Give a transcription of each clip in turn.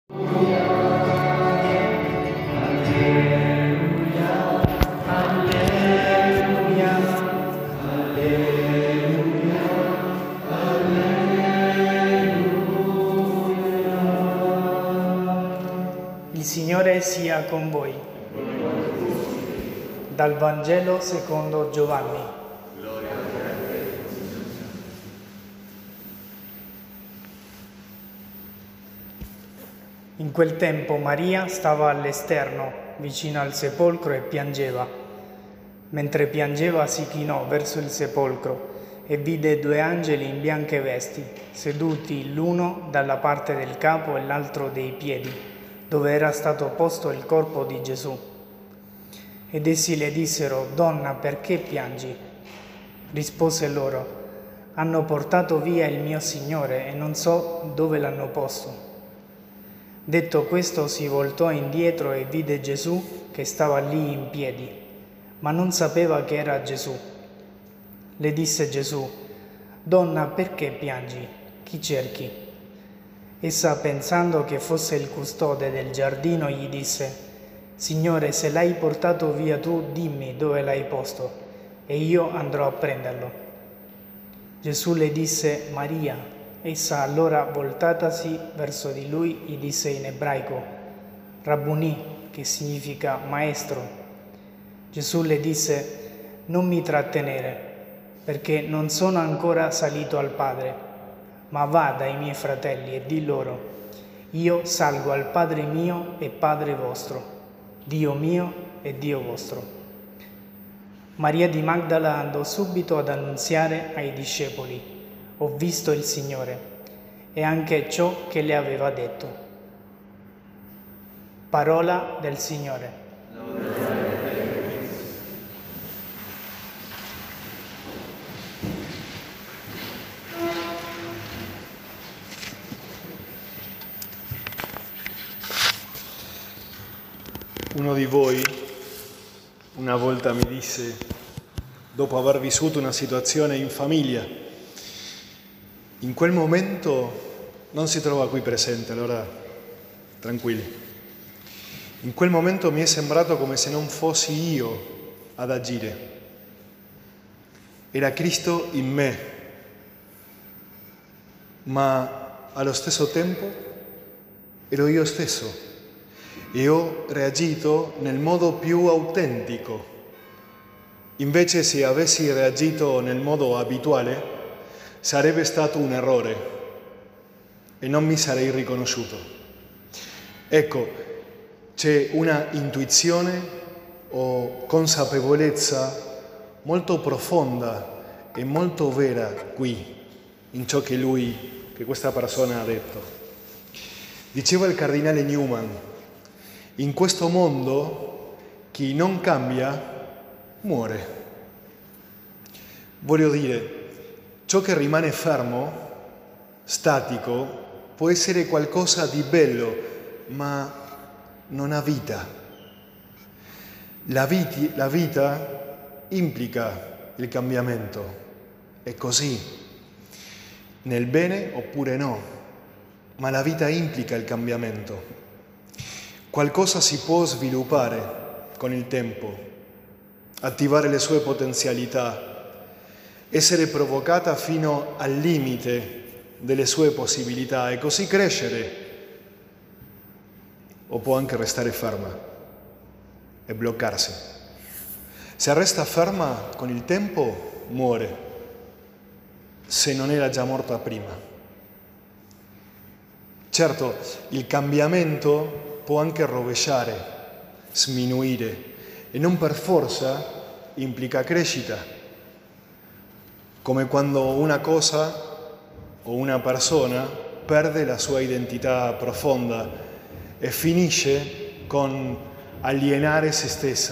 Il Signore sia con voi. Dal Vangelo secondo Giovanni. In quel tempo Maria stava all'esterno, vicino al sepolcro, e piangeva. Mentre piangeva si chinò verso il sepolcro e vide 2 angeli in bianche vesti, seduti l'uno dalla parte del capo e l'altro dei piedi, dove era stato posto il corpo di Gesù. Ed essi le dissero: «Donna, perché piangi?» Rispose loro: «Hanno portato via il mio Signore e non so dove l'hanno posto». Detto questo si voltò indietro e vide Gesù che stava lì in piedi, ma non sapeva che era Gesù. Le disse Gesù: «Donna, perché piangi? Chi cerchi?» Essa, pensando che fosse il custode del giardino, gli disse: «Signore, se l'hai portato via tu, dimmi dove l'hai posto, e io andrò a prenderlo». Gesù le disse: «Maria». Essa allora, voltatasi verso di lui, gli disse in ebraico: «Rabbuni», che significa maestro. Gesù le disse: «Non mi trattenere, perché non sono ancora salito al Padre, ma va dai miei fratelli e di loro: io salgo al Padre mio e Padre vostro, Dio mio e Dio vostro». Maria di Magdala andò subito ad annunziare ai discepoli: «Ho visto il Signore», e anche ciò che le aveva detto. Parola del Signore. Uno di voi una volta mi disse, dopo aver vissuto una situazione in famiglia, in quel momento non si trova qui presente, allora tranquilli. In quel momento mi è sembrato come se non fossi io ad agire. Era Cristo in me, ma allo stesso tempo ero io stesso e ho reagito nel modo più autentico. Invece, se avessi reagito nel modo abituale, sarebbe stato un errore e non mi sarei riconosciuto. Ecco, c'è una intuizione o consapevolezza molto profonda e molto vera qui, in ciò che questa persona ha detto. Diceva il cardinale Newman: in questo mondo chi non cambia muore. Voglio dire, ciò che rimane fermo, statico, può essere qualcosa di bello, ma non ha vita. La vita implica il cambiamento. È così, nel bene oppure no, ma la vita implica il cambiamento. Qualcosa si può sviluppare con il tempo, attivare le sue potenzialità, essere provocata fino al limite delle sue possibilità e così crescere, o può anche restare ferma e bloccarsi. Se resta ferma con il tempo muore, se non era già morta prima. Certo, il cambiamento può anche rovesciare, sminuire, e non per forza implica crescita. Come quando una cosa o una persona perde la sua identità profonda e finisce con alienare se stessa.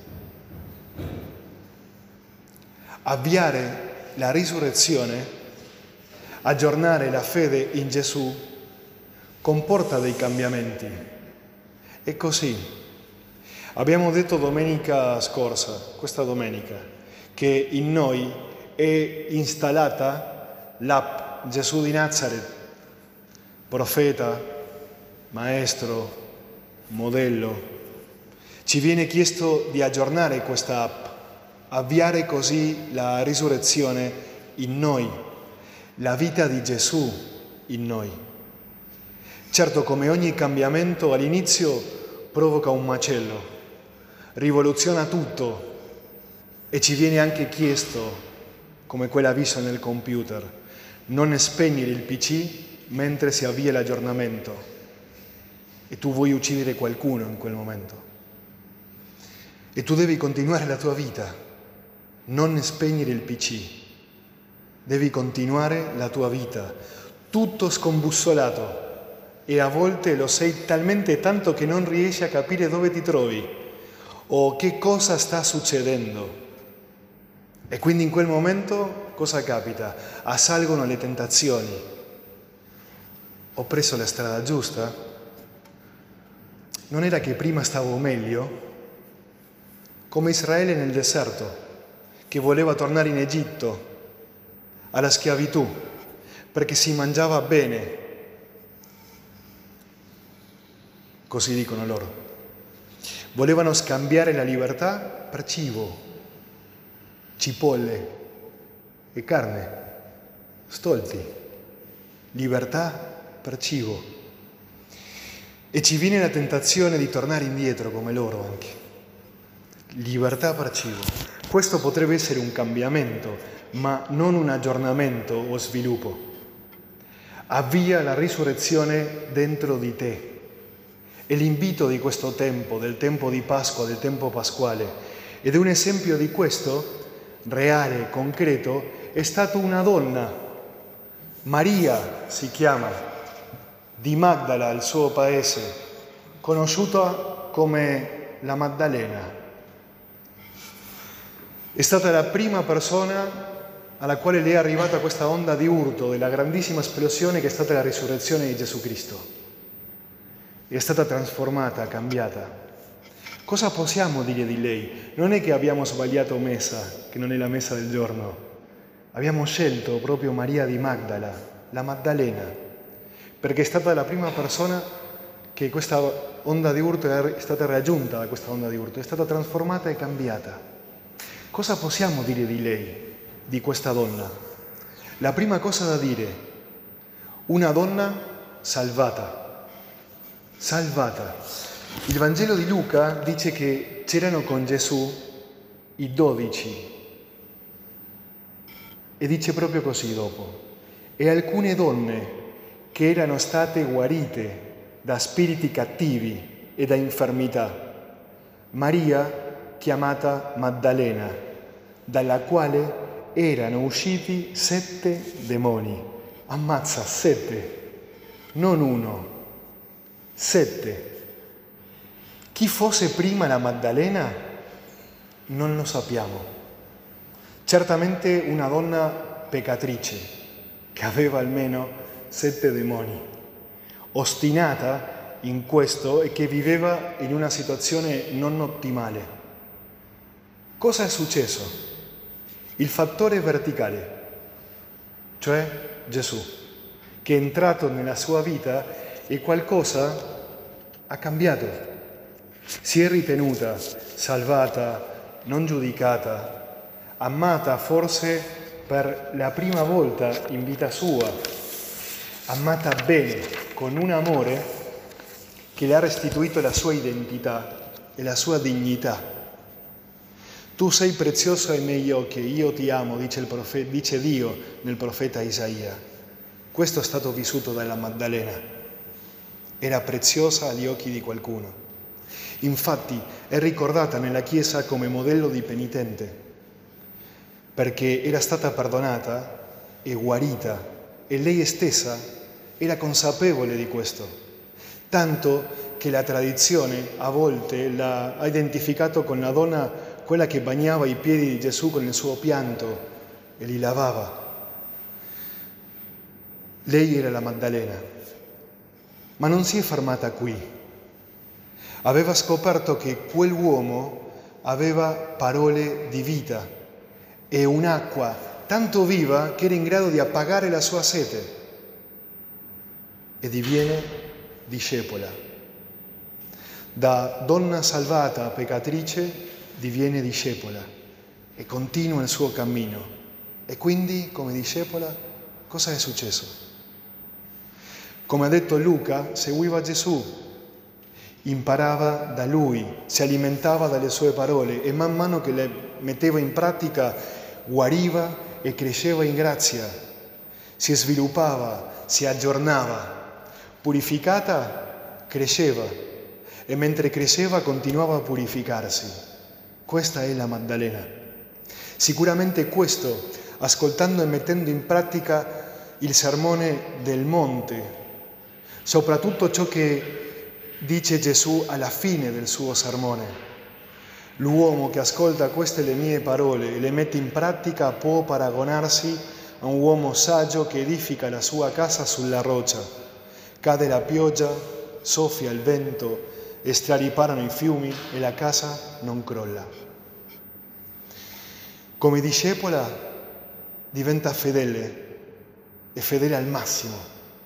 Avviare la risurrezione, aggiornare la fede in Gesù, comporta dei cambiamenti. E così. Abbiamo detto domenica scorsa, questa domenica, che in noi è installata l'app Gesù di Nazareth, profeta, maestro, modello. Ci viene chiesto di aggiornare questa app, avviare così la risurrezione in noi, la vita di Gesù in noi. Certo, come ogni cambiamento, all'inizio provoca un macello, rivoluziona tutto e ci viene anche chiesto, come quell'avviso nel computer, non spegnere il PC mentre si avvia l'aggiornamento e tu vuoi uccidere qualcuno in quel momento. E tu devi continuare la tua vita, non spegnere il PC, devi continuare la tua vita, tutto scombussolato, e a volte lo sei talmente tanto che non riesci a capire dove ti trovi o che cosa sta succedendo. E quindi in quel momento cosa capita? Assalgono le tentazioni. Ho preso la strada giusta? Non era che prima stavo meglio? Come Israele nel deserto, che voleva tornare in Egitto, alla schiavitù, perché si mangiava bene. Così dicono loro. Volevano scambiare la libertà per cibo, cipolle e carne, stolti. Libertà per cibo. E ci viene la tentazione di tornare indietro come loro anche. Libertà per cibo. Questo potrebbe essere un cambiamento, ma non un aggiornamento o sviluppo. Avvia la risurrezione dentro di te. E l'invito di questo tempo, del tempo di Pasqua, del tempo pasquale, ed è un esempio di questo, reale, concreto, è stata una donna, Maria si chiama, di Magdala, il suo paese, conosciuta come la Maddalena. È stata la prima persona alla quale le è arrivata questa onda di urto della grandissima esplosione che è stata la risurrezione di Gesù Cristo. È stata trasformata, cambiata. Cosa possiamo dire di lei? Non è che abbiamo sbagliato messa, che non è la messa del giorno. Abbiamo scelto proprio Maria di Magdala, la Maddalena, perché è stata la prima persona che questa onda di urto è stata raggiunta da questa onda di urto, è stata trasformata e cambiata. Cosa possiamo dire di lei, di questa donna? La prima cosa da dire, una donna salvata. Salvata. Il Vangelo di Luca dice che c'erano con Gesù i 12 e dice proprio così dopo. E alcune donne che erano state guarite da spiriti cattivi e da infermità. Maria, chiamata Maddalena, dalla quale erano usciti 7 demoni. Ammazza, 7, non 1, 7. Chi fosse prima la Maddalena non lo sappiamo. Certamente una donna peccatrice che aveva almeno 7 demoni, ostinata in questo e che viveva in una situazione non ottimale. Cosa è successo? Il fattore verticale, cioè Gesù, che è entrato nella sua vita e qualcosa ha cambiato. Si è ritenuta salvata, non giudicata, amata forse per la prima volta in vita sua, amata bene, con un amore che le ha restituito la sua identità e la sua dignità. Tu sei prezioso ai miei occhi, io ti amo, dice Dio nel profeta Isaia. Questo è stato vissuto dalla Maddalena. Era preziosa agli occhi di qualcuno. Infatti è ricordata nella Chiesa come modello di penitente, perché era stata perdonata e guarita e lei stessa era consapevole di questo. Tanto che la tradizione a volte l'ha identificato con la donna quella che bagnava i piedi di Gesù con il suo pianto e li lavava. Lei era la Maddalena, ma non si è fermata qui. Aveva scoperto che quell'uomo aveva parole di vita e un'acqua tanto viva che era in grado di appagare la sua sete, e diviene discepola. Da donna salvata peccatrice diviene discepola e continua il suo cammino. E quindi, come discepola, cosa è successo? Come ha detto Luca, seguiva Gesù, imparava da lui, si alimentava dalle sue parole e man mano che le metteva in pratica guariva e cresceva in grazia, si sviluppava, si aggiornava, purificata cresceva e mentre cresceva continuava a purificarsi. Questa è la Maddalena. Sicuramente questo, ascoltando e mettendo in pratica il sermone del monte, soprattutto ciò che dice Gesù alla fine del suo sermone. L'uomo che ascolta queste le mie parole e le mette in pratica può paragonarsi a un uomo saggio che edifica la sua casa sulla roccia. Cade la pioggia, soffia il vento, e strariparano i fiumi e la casa non crolla. Come discepola diventa fedele e fedele al massimo.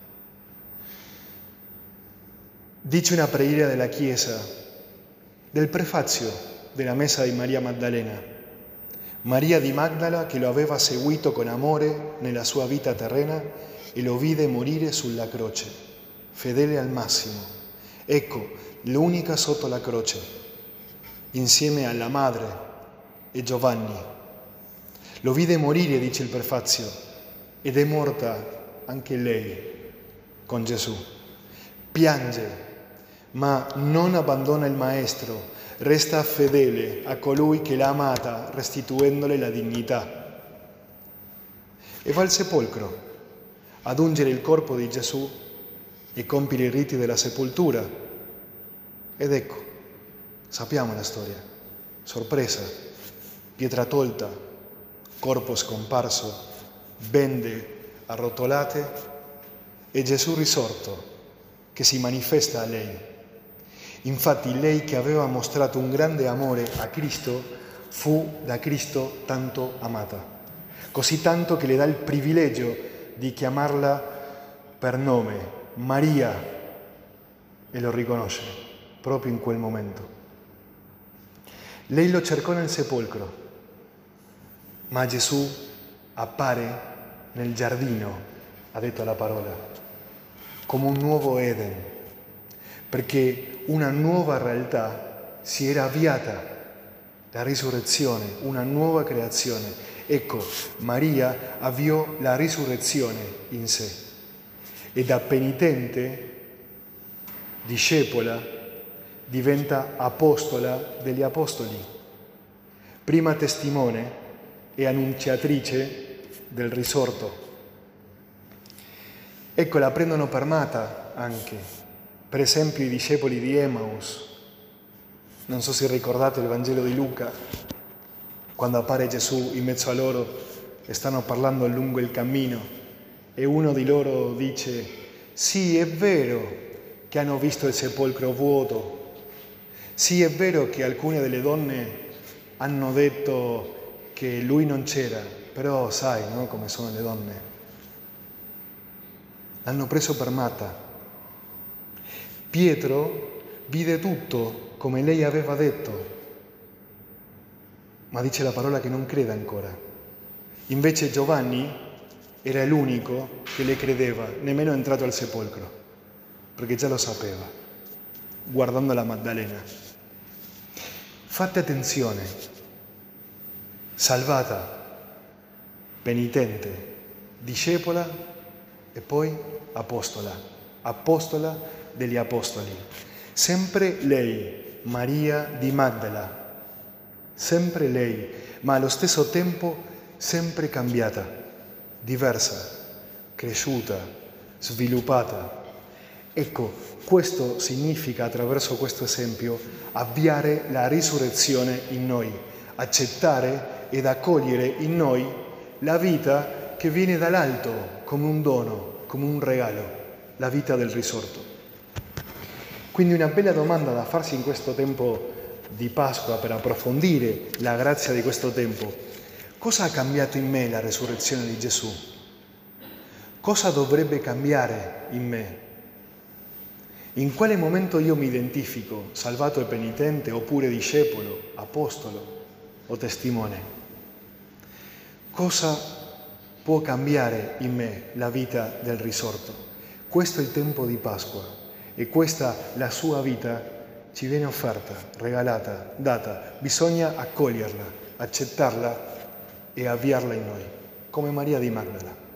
Dice una preghiera della Chiesa, del prefazio della messa di Maria Maddalena. Maria di Magdala che lo aveva seguito con amore nella sua vita terrena e lo vide morire sulla croce, fedele al massimo. Ecco, l'unica sotto la croce, insieme alla madre e Giovanni. Lo vide morire, dice il prefazio, ed è morta anche lei con Gesù. Piange, ma non abbandona il Maestro, resta fedele a colui che l'ha amata, restituendole la dignità. E va al sepolcro ad ungere il corpo di Gesù e compiere i riti della sepoltura. Ed ecco, sappiamo la storia. Sorpresa, pietra tolta, corpo scomparso, bende arrotolate e Gesù risorto che si manifesta a lei. Infatti lei che aveva mostrato un grande amore a Cristo fu da Cristo tanto amata, così tanto che le dà il privilegio di chiamarla per nome, Maria, e lo riconosce proprio in quel momento. Lei lo cercò nel sepolcro, ma Gesù appare nel giardino, ha detto la parola, come un nuovo Eden, perché una nuova realtà si era avviata, la risurrezione, una nuova creazione. Ecco, Maria avviò la risurrezione in sé e da penitente, discepola, diventa apostola degli apostoli, prima testimone e annunciatrice del risorto. Ecco, la prendono per matta anche, per esempio i discepoli di Emmaus. Non so se ricordate il Vangelo di Luca, quando appare Gesù in mezzo a loro e stanno parlando lungo il cammino e uno di loro dice: sì, è vero che hanno visto il sepolcro vuoto. Sì, è vero che alcune delle donne hanno detto che lui non c'era, però sai, no, come sono le donne. L'hanno preso per matta. Pietro vide tutto come lei aveva detto, ma dice la parola che non crede ancora. Invece Giovanni era l'unico che le credeva, nemmeno è entrato al sepolcro, perché già lo sapeva, guardando la Maddalena. Fate attenzione, salvata, penitente, discepola e poi apostola, apostola degli apostoli. Sempre lei, Maria di Magdala, sempre lei, ma allo stesso tempo sempre cambiata, diversa, cresciuta, sviluppata. Ecco, questo significa, attraverso questo esempio, avviare la risurrezione in noi, accettare ed accogliere in noi la vita che viene dall'alto come un dono, come un regalo, la vita del risorto. Quindi una bella domanda da farsi in questo tempo di Pasqua per approfondire la grazia di questo tempo. Cosa ha cambiato in me la resurrezione di Gesù? Cosa dovrebbe cambiare in me? In quale momento io mi identifico salvato e penitente, oppure discepolo, apostolo o testimone? Cosa può cambiare in me la vita del risorto? Questo è il tempo di Pasqua e questa, la sua vita, ci viene offerta, regalata, data. Bisogna accoglierla, accettarla e avviarla in noi, come Maria di Magdala.